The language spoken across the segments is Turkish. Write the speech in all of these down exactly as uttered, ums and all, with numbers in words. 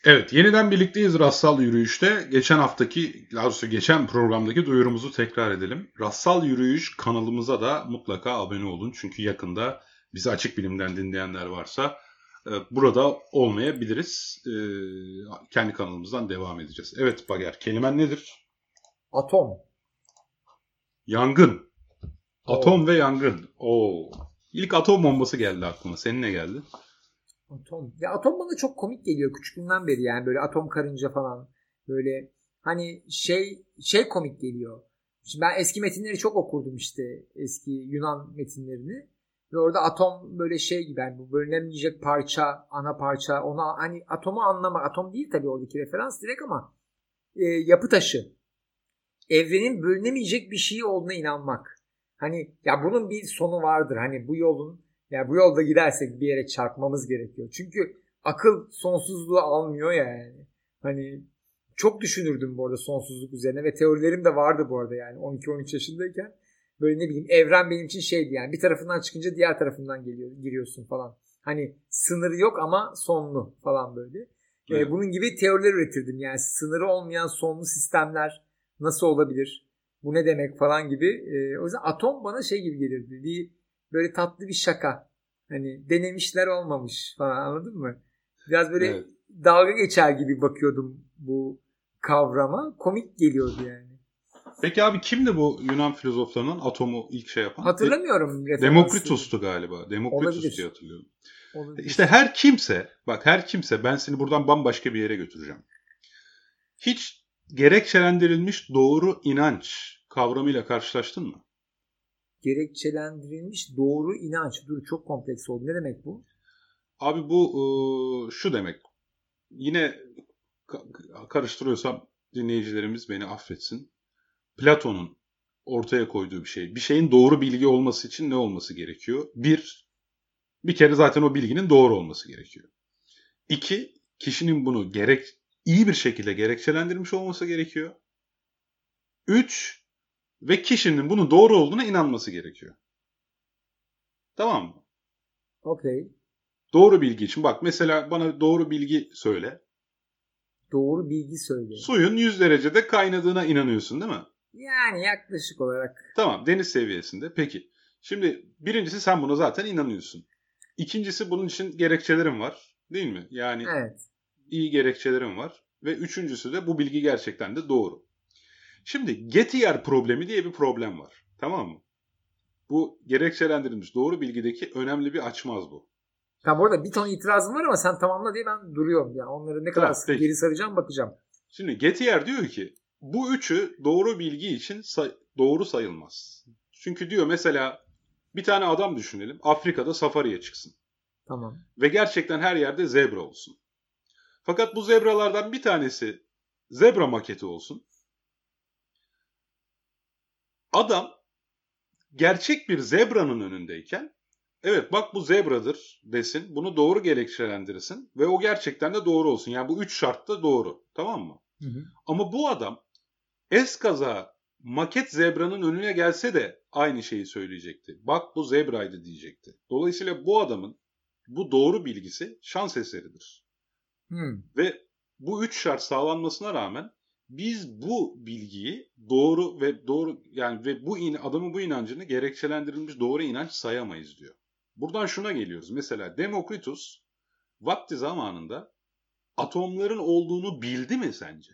Evet, yeniden birlikteyiz Rastsal Yürüyüş'te. Geçen haftaki, daha doğrusu geçen programdaki duyurumuzu tekrar edelim. Rastsal Yürüyüş kanalımıza da mutlaka abone olun. Çünkü yakında bizi Açık Bilim'den dinleyenler varsa e, burada olmayabiliriz. E, kendi kanalımızdan devam edeceğiz. Evet Bager, kelimen nedir? Atom. Yangın. Atom Oo. ve yangın. Oo. İlk atom bombası geldi aklıma. Senin ne geldi? Atom. Ya atom bana çok komik geliyor küçüklüğümden beri, yani böyle atom karınca falan. Böyle hani şey şey komik geliyor. Şimdi ben eski metinleri çok okurdum, işte eski Yunan metinlerini. Ve orada atom böyle şey gibi, yani bu bölünemeyecek parça, ana parça. Ona hani atomu anlamak, atom değil tabii oradaki referans direkt, ama e, yapı taşı. Evrenin bölünemeyecek bir şey olduğuna inanmak. Hani ya bunun bir sonu vardır. Hani bu yolun, ya bu yolda gidersek bir yere çarpmamız gerekiyor. Çünkü akıl sonsuzluğu almıyor ya yani. Hani çok düşünürdüm bu arada sonsuzluk üzerine ve teorilerim de vardı bu arada, yani on iki on üç yaşındayken. Böyle ne bileyim, evren benim için şeydi, yani bir tarafından çıkınca diğer tarafından geliyor, giriyorsun falan. Hani sınırı yok ama sonlu falan böyle. Evet. Ee, bunun gibi teoriler üretirdim. Yani sınırı olmayan sonlu sistemler nasıl olabilir? Bu ne demek falan gibi. E, o yüzden atom bana şey gibi gelirdi. Bir böyle tatlı bir şaka. Hani denemişler olmamış falan, anladın mı? Biraz böyle Evet. dalga geçer gibi bakıyordum bu kavrama. Komik geliyordu yani. Peki abi kimdi bu Yunan filozoflarının atomu ilk şey yapan? De- Hatırlamıyorum referansı. Demokritus'tu galiba. Demokritus diye Olabilir. hatırlıyorum. İşte Olabilir. her kimse, bak her kimse, ben seni buradan bambaşka bir yere götüreceğim. Hiç gerekçelendirilmiş doğru inanç kavramıyla karşılaştın mı? Gerekçelendirilmiş doğru inanç. Dur, çok kompleks oldu. Ne demek bu? Abi bu ıı, şu demek. Yine ka- karıştırıyorsam dinleyicilerimiz beni affetsin. Platon'un ortaya koyduğu bir şey. Bir şeyin doğru bilgi olması için ne olması gerekiyor? Bir, bir kere zaten o bilginin doğru olması gerekiyor. İki, kişinin bunu gerek iyi bir şekilde gerekçelendirmiş olması gerekiyor. Üç, ve kişinin bunun doğru olduğuna inanması gerekiyor. Tamam mı? Okey. Doğru bilgi için bak mesela bana doğru bilgi söyle. Doğru bilgi söyle. Suyun yüz derecede kaynadığına inanıyorsun değil mi? Yani yaklaşık olarak. Tamam, deniz seviyesinde. Peki. Şimdi birincisi sen buna zaten inanıyorsun. İkincisi bunun için gerekçelerim var. Değil mi? Yani Evet. iyi gerekçelerim var. Ve üçüncüsü de bu bilgi gerçekten de doğru. Şimdi Gettier problemi diye bir problem var. Tamam mı? Bu gerekçelendirilmiş doğru bilgideki önemli bir açmaz bu. Ya bu arada bir ton itirazım var ama sen tamamla diye ben duruyorum. Yani onları ne kadar Tamam, sık peki. geri saracağım bakacağım. Şimdi Gettier diyor ki bu üçü doğru bilgi için say- doğru sayılmaz. Çünkü diyor mesela bir tane adam düşünelim Afrika'da safariye çıksın. Tamam. Ve gerçekten her yerde zebra olsun. Fakat bu zebralardan bir tanesi zebra maketi olsun. Adam gerçek bir zebranın önündeyken evet bak bu zebradır desin. Bunu doğru gerekçelendirsin ve o gerçekten de doğru olsun. Yani bu üç şart da doğru. Tamam mı? Hı hı. Ama bu adam eskaza maket zebranın önüne gelse de aynı şeyi söyleyecekti. Bak bu zebraydı diyecekti. Dolayısıyla bu adamın bu doğru bilgisi şans eseridir. Hmm. Ve bu üç şart sağlanmasına rağmen biz bu bilgiyi doğru ve doğru yani ve bu in, adamın bu inancını gerekçelendirilmiş doğru inanç sayamayız diyor. Buradan şuna geliyoruz. Mesela Demokritus vakti zamanında atomların olduğunu bildi mi sence?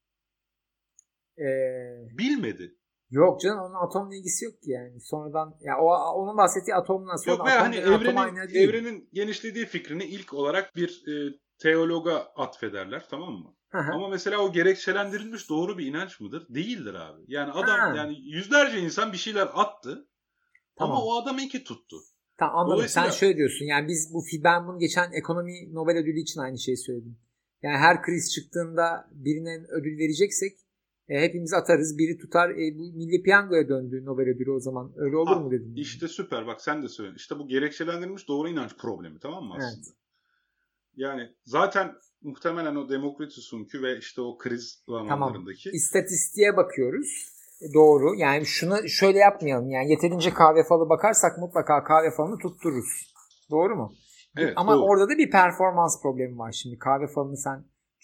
Ee, Bilmedi. yok canım, onun atomla ilgisi yok ki yani. Sonradan ya o onun bahsettiği atomla Yok sonradan veya atom hani denen atom evrenin aynı değil. evrenin genişlediği fikrini ilk olarak bir e, teologa atfederler, tamam mı? Hı hı. Ama mesela o gerekçelendirilmiş doğru bir inanç mıdır? Değildir abi. Yani adam Ha, yani yüzlerce insan bir şeyler attı ama tamam. o adam iki tuttu. Tamam, anladım. Sen Dolayısıyla şöyle diyorsun. Yani biz bu fi- ben bunu geçen ekonomi Nobel ödülü için aynı şeyi söyledim. Yani her kriz çıktığında birine ödül vereceksek e, hepimiz atarız, biri tutar. E, bu Milli Piyango'ya döndü Nobel ödülü o zaman. Öyle olur ah mu dedim yani. işte süper bak sen de söyle. İşte bu gerekçelendirilmiş doğru inanç problemi, tamam mı aslında? Evet. Yani zaten muhtemelen o Demokritus'unki ve işte o kriz Tamam. zamanlarındaki İstatistiğe bakıyoruz. E, Doğru. Yani şunu şöyle yapmayalım. Yani yeterince kahve falı bakarsak mutlaka kahve falını tuttururuz. Doğru mu? Bir- evet ama doğru. orada da bir performans problemi var şimdi. Kahve falını sen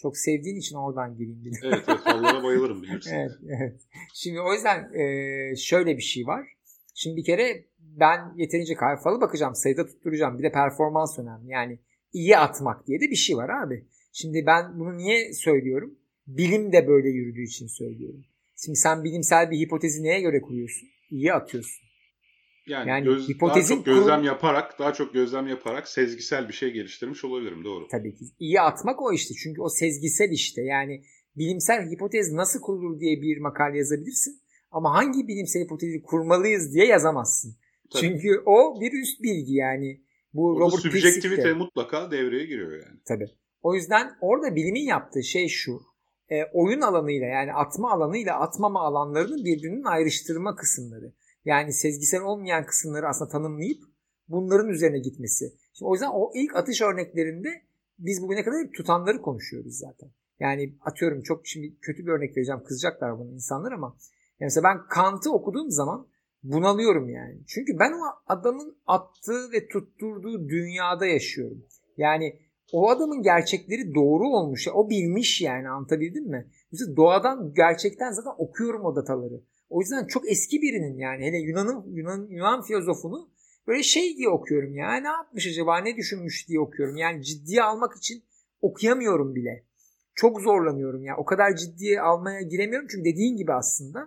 Çok sevdiğin için oradan gireyim dedim. Evet, evet fallara bayılırım bilirsin. evet, evet. Şimdi o yüzden e, şöyle bir şey var. Şimdi bir kere ben yeterince falı bakacağım, sayıda tutturacağım. Bir de performans önemli. Yani iyi atmak diye de bir şey var abi. Şimdi ben bunu niye söylüyorum? Bilim de böyle yürüdüğü için söylüyorum. Şimdi sen bilimsel bir hipotezi neye göre kuruyorsun? İyi atıyorsun. Yani, yani göz, hipotezin daha çok gözlem kurum... yaparak, daha çok gözlem yaparak sezgisel bir şey geliştirmiş olabilirim, doğru. Tabii ki. İyi atmak o işte. Çünkü o sezgisel işte. Yani bilimsel hipotez nasıl kurulur diye bir makale yazabilirsin. Ama hangi bilimsel hipotezi kurmalıyız diye yazamazsın. Tabii. Çünkü o bir üst bilgi yani. Bu orada Robert sübjektivite de mutlaka devreye giriyor yani. Tabii. O yüzden orada bilimin yaptığı şey şu. E, oyun alanıyla yani atma alanıyla atmama alanlarının birbirinin ayrıştırma kısımları. Yani sezgisel olmayan kısımları aslında tanımlayıp bunların üzerine gitmesi. Şimdi o yüzden o ilk atış örneklerinde biz bugüne kadar hep tutanları konuşuyoruz zaten. Yani atıyorum çok şimdi kötü bir örnek vereceğim. Kızacaklar bana insanlar ama yani mesela ben Kant'ı okuduğum zaman bunalıyorum yani. Çünkü ben o adamın attığı ve tutturduğu dünyada yaşıyorum. Yani o adamın gerçekleri doğru olmuş. O bilmiş yani, anlatabildim mi? Mesela doğadan gerçekten zaten okuyorum o dataları. O yüzden çok eski birinin yani hele Yunan'ın Yunan, Yunan filozofunu böyle şey diye okuyorum ya. Ne yapmış acaba, ne düşünmüş diye okuyorum. Yani ciddiye almak için okuyamıyorum bile. Çok zorlanıyorum ya. O kadar ciddiye almaya giremiyorum çünkü dediğin gibi aslında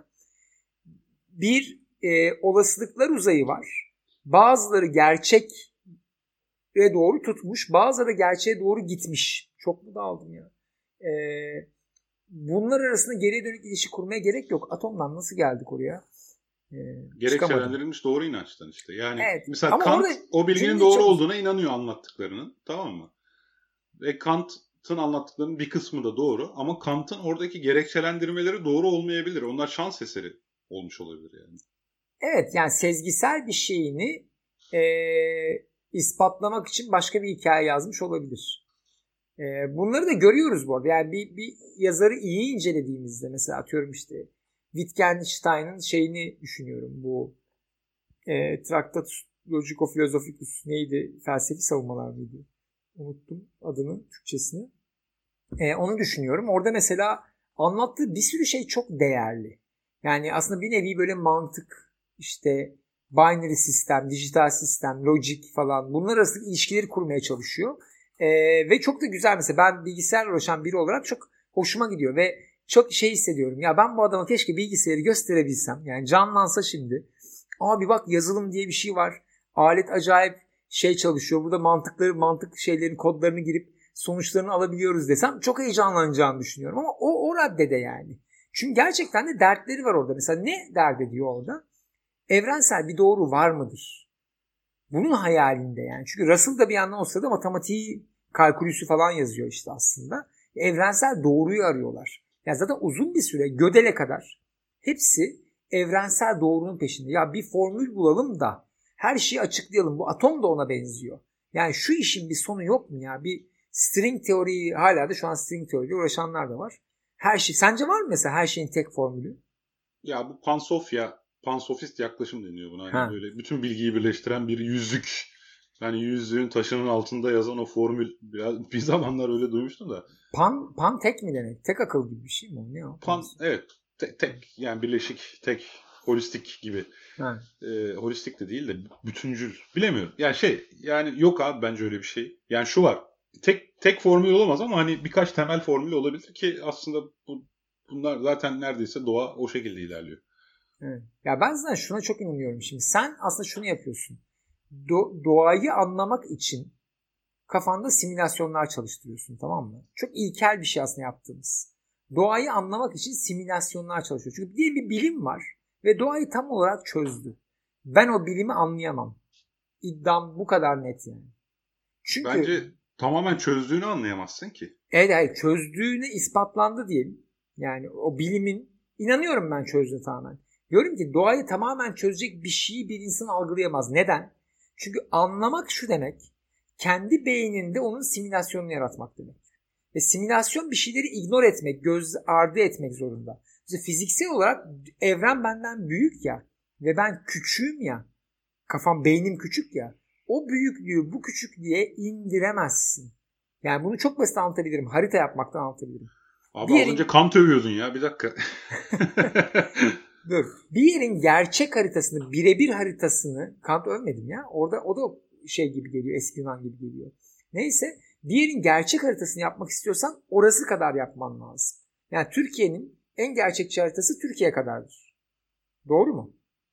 bir e, olasılıklar uzayı var. Bazıları gerçek ve doğru tutmuş, bazıları gerçeğe doğru gitmiş. Çok mu dağıldım ya? Ee, bunlar arasında geriye dönük ilişki kurmaya gerek yok. Atomdan nasıl geldik oraya? Ee, Gerekçelendirilmiş doğru inançtan işte. Yani evet. Mesela Ama Kant o bilginin doğru çok... olduğuna inanıyor anlattıklarının. Tamam mı? Ve Kant'ın anlattıklarının bir kısmı da doğru. Ama Kant'ın oradaki gerekçelendirmeleri doğru olmayabilir. Onlar şans eseri olmuş olabilir yani. Evet, yani sezgisel bir şeyini ee, ispatlamak için başka bir hikaye yazmış olabilir. Ee, bunları da görüyoruz bu arada. Yani bir, bir yazarı iyi incelediğimizde mesela atıyorum işte Wittgenstein'ın şeyini düşünüyorum. Bu e, Tractatus Logico Philosophicus neydi? Felsefi savunmalar mıydı? Unuttum adını, Türkçesini. E, onu düşünüyorum. Orada mesela anlattığı bir sürü şey çok değerli. Yani aslında bir nevi böyle mantık, işte binary sistem, dijital sistem, lojik falan bunlar arasındaki ilişkileri kurmaya çalışıyor. Ee, ve çok da güzel mesela ben bilgisayarla uğraşan biri olarak çok hoşuma gidiyor ve çok şey hissediyorum. Ya ben bu adama keşke bilgisayarı gösterebilsem. Yani canlansa şimdi. Abi bak yazılım diye bir şey var. Alet acayip şey çalışıyor. Burada mantıkları, mantık şeylerin kodlarını girip sonuçlarını alabiliyoruz desem çok heyecanlanacağını düşünüyorum. Ama o, o raddede yani. Çünkü gerçekten de dertleri var orada. Mesela ne dert ediyor orada? Evrensel bir doğru var mıdır? Bunun hayalinde yani. Çünkü Russell da bir yandan o sırada matematiği, kalkülüsü falan yazıyor işte aslında. Evrensel doğruyu arıyorlar. Yani zaten uzun bir süre Gödel'e kadar hepsi evrensel doğrunun peşinde. Ya bir formül bulalım da her şeyi açıklayalım. Bu atom da ona benziyor. Yani şu işin bir sonu yok mu ya? Bir string teoriyi hala da şu an string teoriyle uğraşanlar da var. Her şey. Sence var mı mesela her şeyin tek formülü? Ya bu pansofya, pansofist yaklaşım deniyor buna. Hani böyle bütün bilgiyi birleştiren bir yüzük. Yani yüzüğün taşının altında yazan o formül. Biraz bir zamanlar öyle duymuştum da. Pan, pan tek mi demek? Tek akıl gibi bir şey mi o? Ne o? Pan, evet. Te, tek yani birleşik, tek, holistik gibi. E, holistik de değil de bütüncül. Bilemiyorum. Yani şey yani yok abi bence öyle bir şey. Yani şu var. Tek tek formül olamaz ama hani birkaç temel formül olabilir ki aslında bu, bunlar zaten neredeyse doğa o şekilde ilerliyor. Evet. Ya ben zaten şuna çok inanıyorum şimdi. Sen aslında şunu yapıyorsun. Do- doğayı anlamak için kafanda simülasyonlar çalıştırıyorsun, tamam mı? Çok ilkel bir şey aslında yaptığımız. Doğayı anlamak için simülasyonlar çalışıyor. Çünkü diye bir bilim var ve doğayı tam olarak çözdü. Ben o bilimi anlayamam. İddiam bu kadar net yani. Çünkü bence tamamen çözdüğünü anlayamazsın ki. Evet, hayır, çözdüğüne ispatlandı diyelim. Yani o bilimin inanıyorum ben çözdüğüne tamamen. Diyorum ki doğayı tamamen çözecek bir şeyi bir insan algılayamaz. Neden? Çünkü anlamak şu demek, kendi beyninde onun simülasyonunu yaratmak demek. Ve simülasyon bir şeyleri ignore etmek, göz ardı etmek zorunda. İşte fiziksel olarak evren benden büyük ya ve ben küçüğüm ya. Kafam, beynim küçük ya. O büyüklüğü bu küçüklüğe indiremezsin. Yani bunu çok basit anlatabilirim. Harita yapmaktan anlatabilirim. Abi az yerin... önce Kant övüyordun ya. Bir dakika. Dur. Bir yerin gerçek haritasını, birebir haritasını Kant övmedim ya. Orada o da şey gibi geliyor. Eski Yunan gibi geliyor. Neyse. Bir yerin gerçek haritasını yapmak istiyorsan orası kadar yapman lazım. Yani Türkiye'nin en gerçekçi haritası Türkiye kadardır. Doğru mu?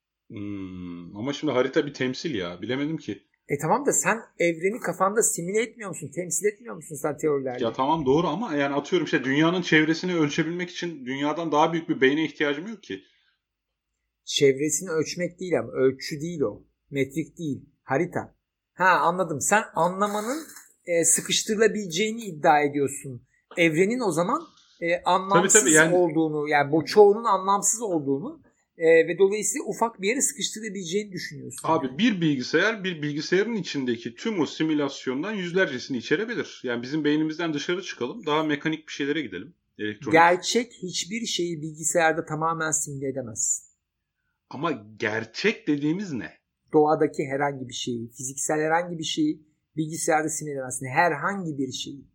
Hmm, ama şimdi harita bir temsil ya. Bilemedim ki. E tamam da sen evreni kafanda simüle etmiyor musun? Temsil etmiyor musun sen teorilerle? Ya tamam doğru ama yani atıyorum işte dünyanın çevresini ölçebilmek için dünyadan daha büyük bir beyne ihtiyacım yok ki. Çevresini ölçmek değil ama ölçü değil o. Metrik değil. Harita. Ha anladım. Sen anlamanın e, sıkıştırılabileceğini iddia ediyorsun. Evrenin o zaman e, anlamsız tabii, tabii, yani... olduğunu yani bu çoğunun anlamsız olduğunu e, ve dolayısıyla ufak bir yere sıkıştırabileceğini düşünüyorsun. Abi yani. bir bilgisayar bir bilgisayarın içindeki tüm o simülasyondan yüzlercesini içerebilir. Yani bizim beynimizden dışarı çıkalım, daha mekanik bir şeylere gidelim. Elektronik. Gerçek hiçbir şeyi bilgisayarda tamamen simüle edemezsin. Ama gerçek dediğimiz ne? Doğadaki herhangi bir şeyi, fiziksel herhangi bir şeyi bilgisayarda simüle edemezsin. Herhangi bir şeyi.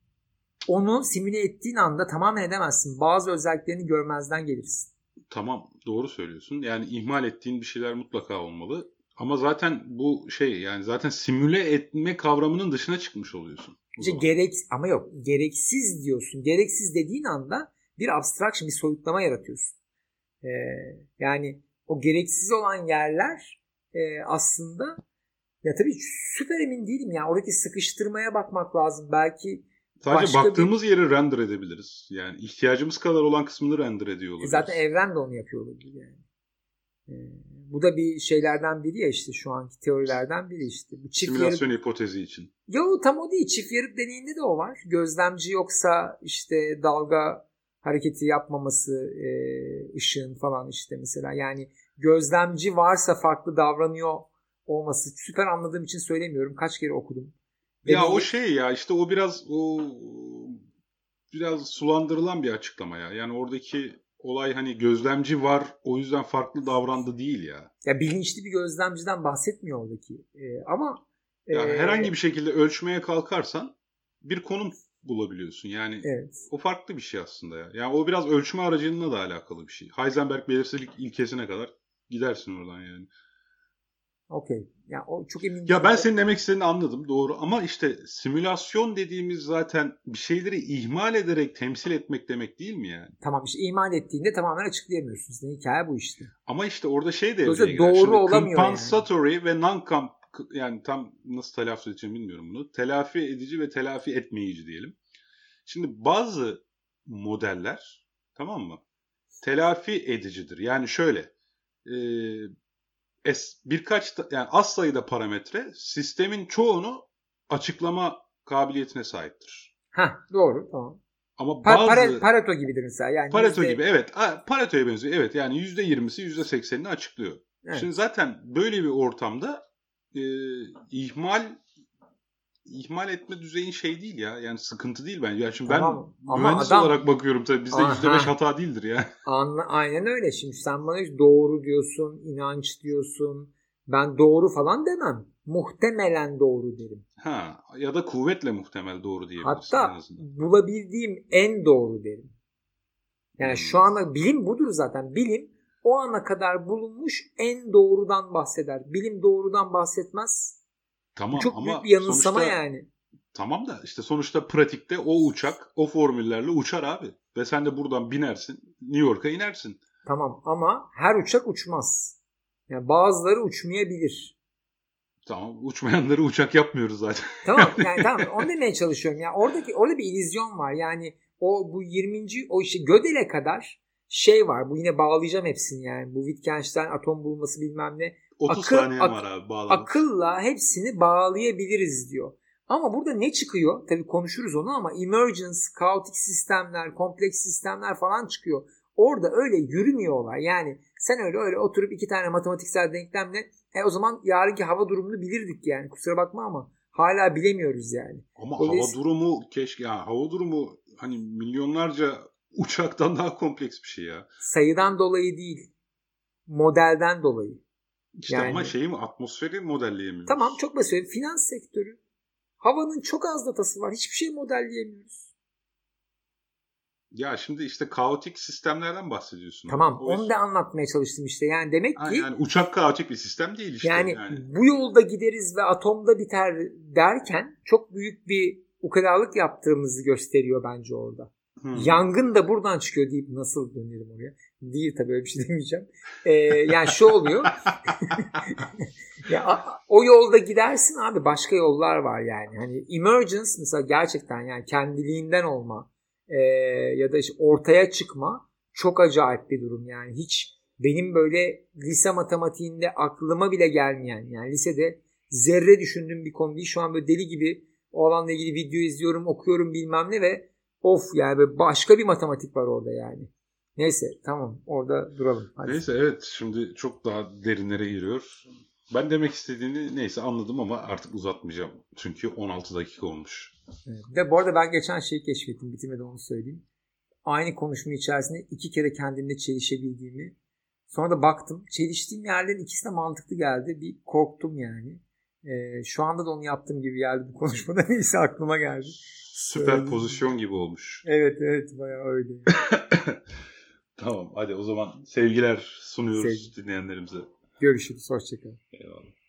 Onu simüle ettiğin anda tamamen edemezsin. Bazı özelliklerini görmezden gelirsin. Tamam, doğru söylüyorsun. Yani ihmal ettiğin bir şeyler mutlaka olmalı. Ama zaten bu şey yani zaten simüle etme kavramının dışına çıkmış oluyorsun. İşte gerek ama yok gereksiz diyorsun. Gereksiz dediğin anda bir abstraction, bir soyutlama yaratıyorsun. Ee, yani o gereksiz olan yerler e, aslında ya tabii süper emin değilim ya. Oradaki sıkıştırmaya bakmak lazım. Belki sadece baktığımız bir... yeri render edebiliriz. Yani ihtiyacımız kadar olan kısmını render ediyor olabiliriz. Zaten evren de onu yapıyor olabilir yani. Ee, bu da bir şeylerden biri ya işte şu anki teorilerden biri işte. Bu çift simülasyon yarık... hipotezi için. Yo tam o değil. Çift yarık deneyinde de o var. Gözlemci yoksa işte dalga hareketi yapmaması e, ışığın falan işte mesela. Yani gözlemci varsa farklı davranıyor olması. Süper anladığım için söylemiyorum. Kaç kere okudum. Ya Deneyim... o şey ya işte o biraz o biraz sulandırılan bir açıklama ya. Yani oradaki olay hani gözlemci var o yüzden farklı davrandı değil ya. Ya bilinçli bir gözlemciden bahsetmiyor oradaki. Ee, ama ya e... herhangi bir şekilde ölçmeye kalkarsan bir konum bulabiliyorsun. Yani evet. O farklı bir şey aslında ya. Yani o biraz ölçme aracılığına da alakalı bir şey. Heisenberg belirsizlik ilkesine kadar gidersin oradan yani. Okey. Ya o çok emin. Ya ben senin demek istediğini anladım doğru ama işte simülasyon dediğimiz zaten bir şeyleri ihmal ederek temsil etmek demek değil mi yani? Tamam işte ihmal ettiğinde tamamen açıklayamıyorsun. Senin hikaye bu işte. Ama işte orada şey devreye girer. girer. Doğru Şimdi olamıyor compensatory yani. ve non-comp yani tam nasıl telaffuz edeceğimi bilmiyorum bunu. Telafi edici ve telafi etmeyici diyelim. Şimdi bazı modeller tamam mı? Telafi edicidir. Yani şöyle e, es, birkaç yani az sayıda parametre sistemin çoğunu açıklama kabiliyetine sahiptir. Ha doğru tamam. Ama bazı Pare, Pareto gibidir mesela. Yani Pareto yüzde... gibi evet. Pareto'ya benziyor. Evet yani yüzde yirmisi yüzde seksenini açıklıyor. Evet. Şimdi zaten böyle bir ortamda e, ihmal ihmal etme düzeyin şey değil ya. Yani sıkıntı değil bence. Yani şimdi tamam, ben mühendis adam... olarak bakıyorum tabii bizde yüzde beş hata değildir ya. Anla, aynen öyle. Şimdi sen bana doğru diyorsun, inanç diyorsun. Ben doğru falan demem. Muhtemelen doğru derim. Ha ya da kuvvetle muhtemel doğru diyebilirsin. Hatta bulabildiğim en doğru derim. Yani hmm. şu anda bilim budur zaten. Bilim o ana kadar bulunmuş en doğrudan bahseder. Bilim doğrudan bahsetmez. Tamam, çok ama büyük bir yanılsama sonuçta, yani. Tamam da işte sonuçta pratikte o uçak o formüllerle uçar abi. Ve sen de buradan binersin New York'a inersin. Tamam ama her uçak uçmaz. Yani bazıları uçmayabilir. Tamam uçmayanları uçak yapmıyoruz zaten. Tamam yani tamam onu demeye çalışıyorum. Yani oradaki orada bir illüzyon var. Yani o bu yirminci o işte Gödel'e kadar şey var. Bu yine bağlayacağım hepsini yani. Bu Wittgenstein atom bulması bilmem ne. otuz Akıl, saniye var abi bağlamak. Akılla hepsini bağlayabiliriz diyor. Ama burada ne çıkıyor? Tabii konuşuruz onu ama emergence, kaotik sistemler, kompleks sistemler falan çıkıyor. Orada öyle yürümüyor olay. Yani sen öyle öyle oturup iki tane matematiksel denklemle e o zaman yarınki hava durumunu bilirdik yani. Kusura bakma ama hala bilemiyoruz yani. Ama hava durumu keşke ya hava durumu hani milyonlarca uçaktan daha kompleks bir şey ya. Sayıdan dolayı değil. Modelden dolayı. İşte yani, ama şeyi mi atmosferi modelleyemiyoruz. Tamam çok basit. Finans sektörü. Havanın çok az datası var. Hiçbir şey modelleyemiyoruz. Ya şimdi işte kaotik sistemlerden bahsediyorsun. Tamam. O Onu yüzden... da anlatmaya çalıştım işte. Yani demek ki yani uçak kaotik bir sistem değil işte. Yani, yani bu yolda gideriz ve atomda biter derken çok büyük bir ukalalık yaptığımızı gösteriyor bence orada. Hmm. Yangın da buradan çıkıyor deyip nasıl dönerim oraya? Değil tabii, öyle bir şey demeyeceğim. Ee, yani şu oluyor. ya, o yolda gidersin abi, başka yollar var yani. Hani emergence mesela gerçekten yani kendiliğinden olma e, ya da işte ortaya çıkma çok acayip bir durum yani. Hiç benim böyle lise matematiğinde aklıma bile gelmeyen, yani lisede zerre düşündüğüm bir konu değil. Şu an böyle deli gibi o alanla ilgili video izliyorum, okuyorum bilmem ne ve of yani böyle başka bir matematik var orada yani. Neyse tamam, orada duralım. Hadi. Neyse evet, şimdi çok daha derinlere giriyor. Ben demek istediğini neyse anladım ama artık uzatmayacağım. Çünkü on altı dakika olmuş. Evet. De bu arada ben geçen şeyi keşfettim, bitirmeden onu söyleyeyim. Aynı konuşma içerisinde iki kere kendimle çelişebildiğimi, sonra da baktım. Çeliştiğim yerlerin ikisi de mantıklı geldi. Bir korktum yani. Ee, şu anda da onu yaptığım gibi geldi bu konuşmada. Neyse aklıma geldi. Süper pozisyon gibi olmuş. Evet evet, bayağı öyle. Tamam, hadi o zaman sevgiler sunuyoruz Sevgi. dinleyenlerimize. Görüşürüz. Hoşçakalın. Eyvallah.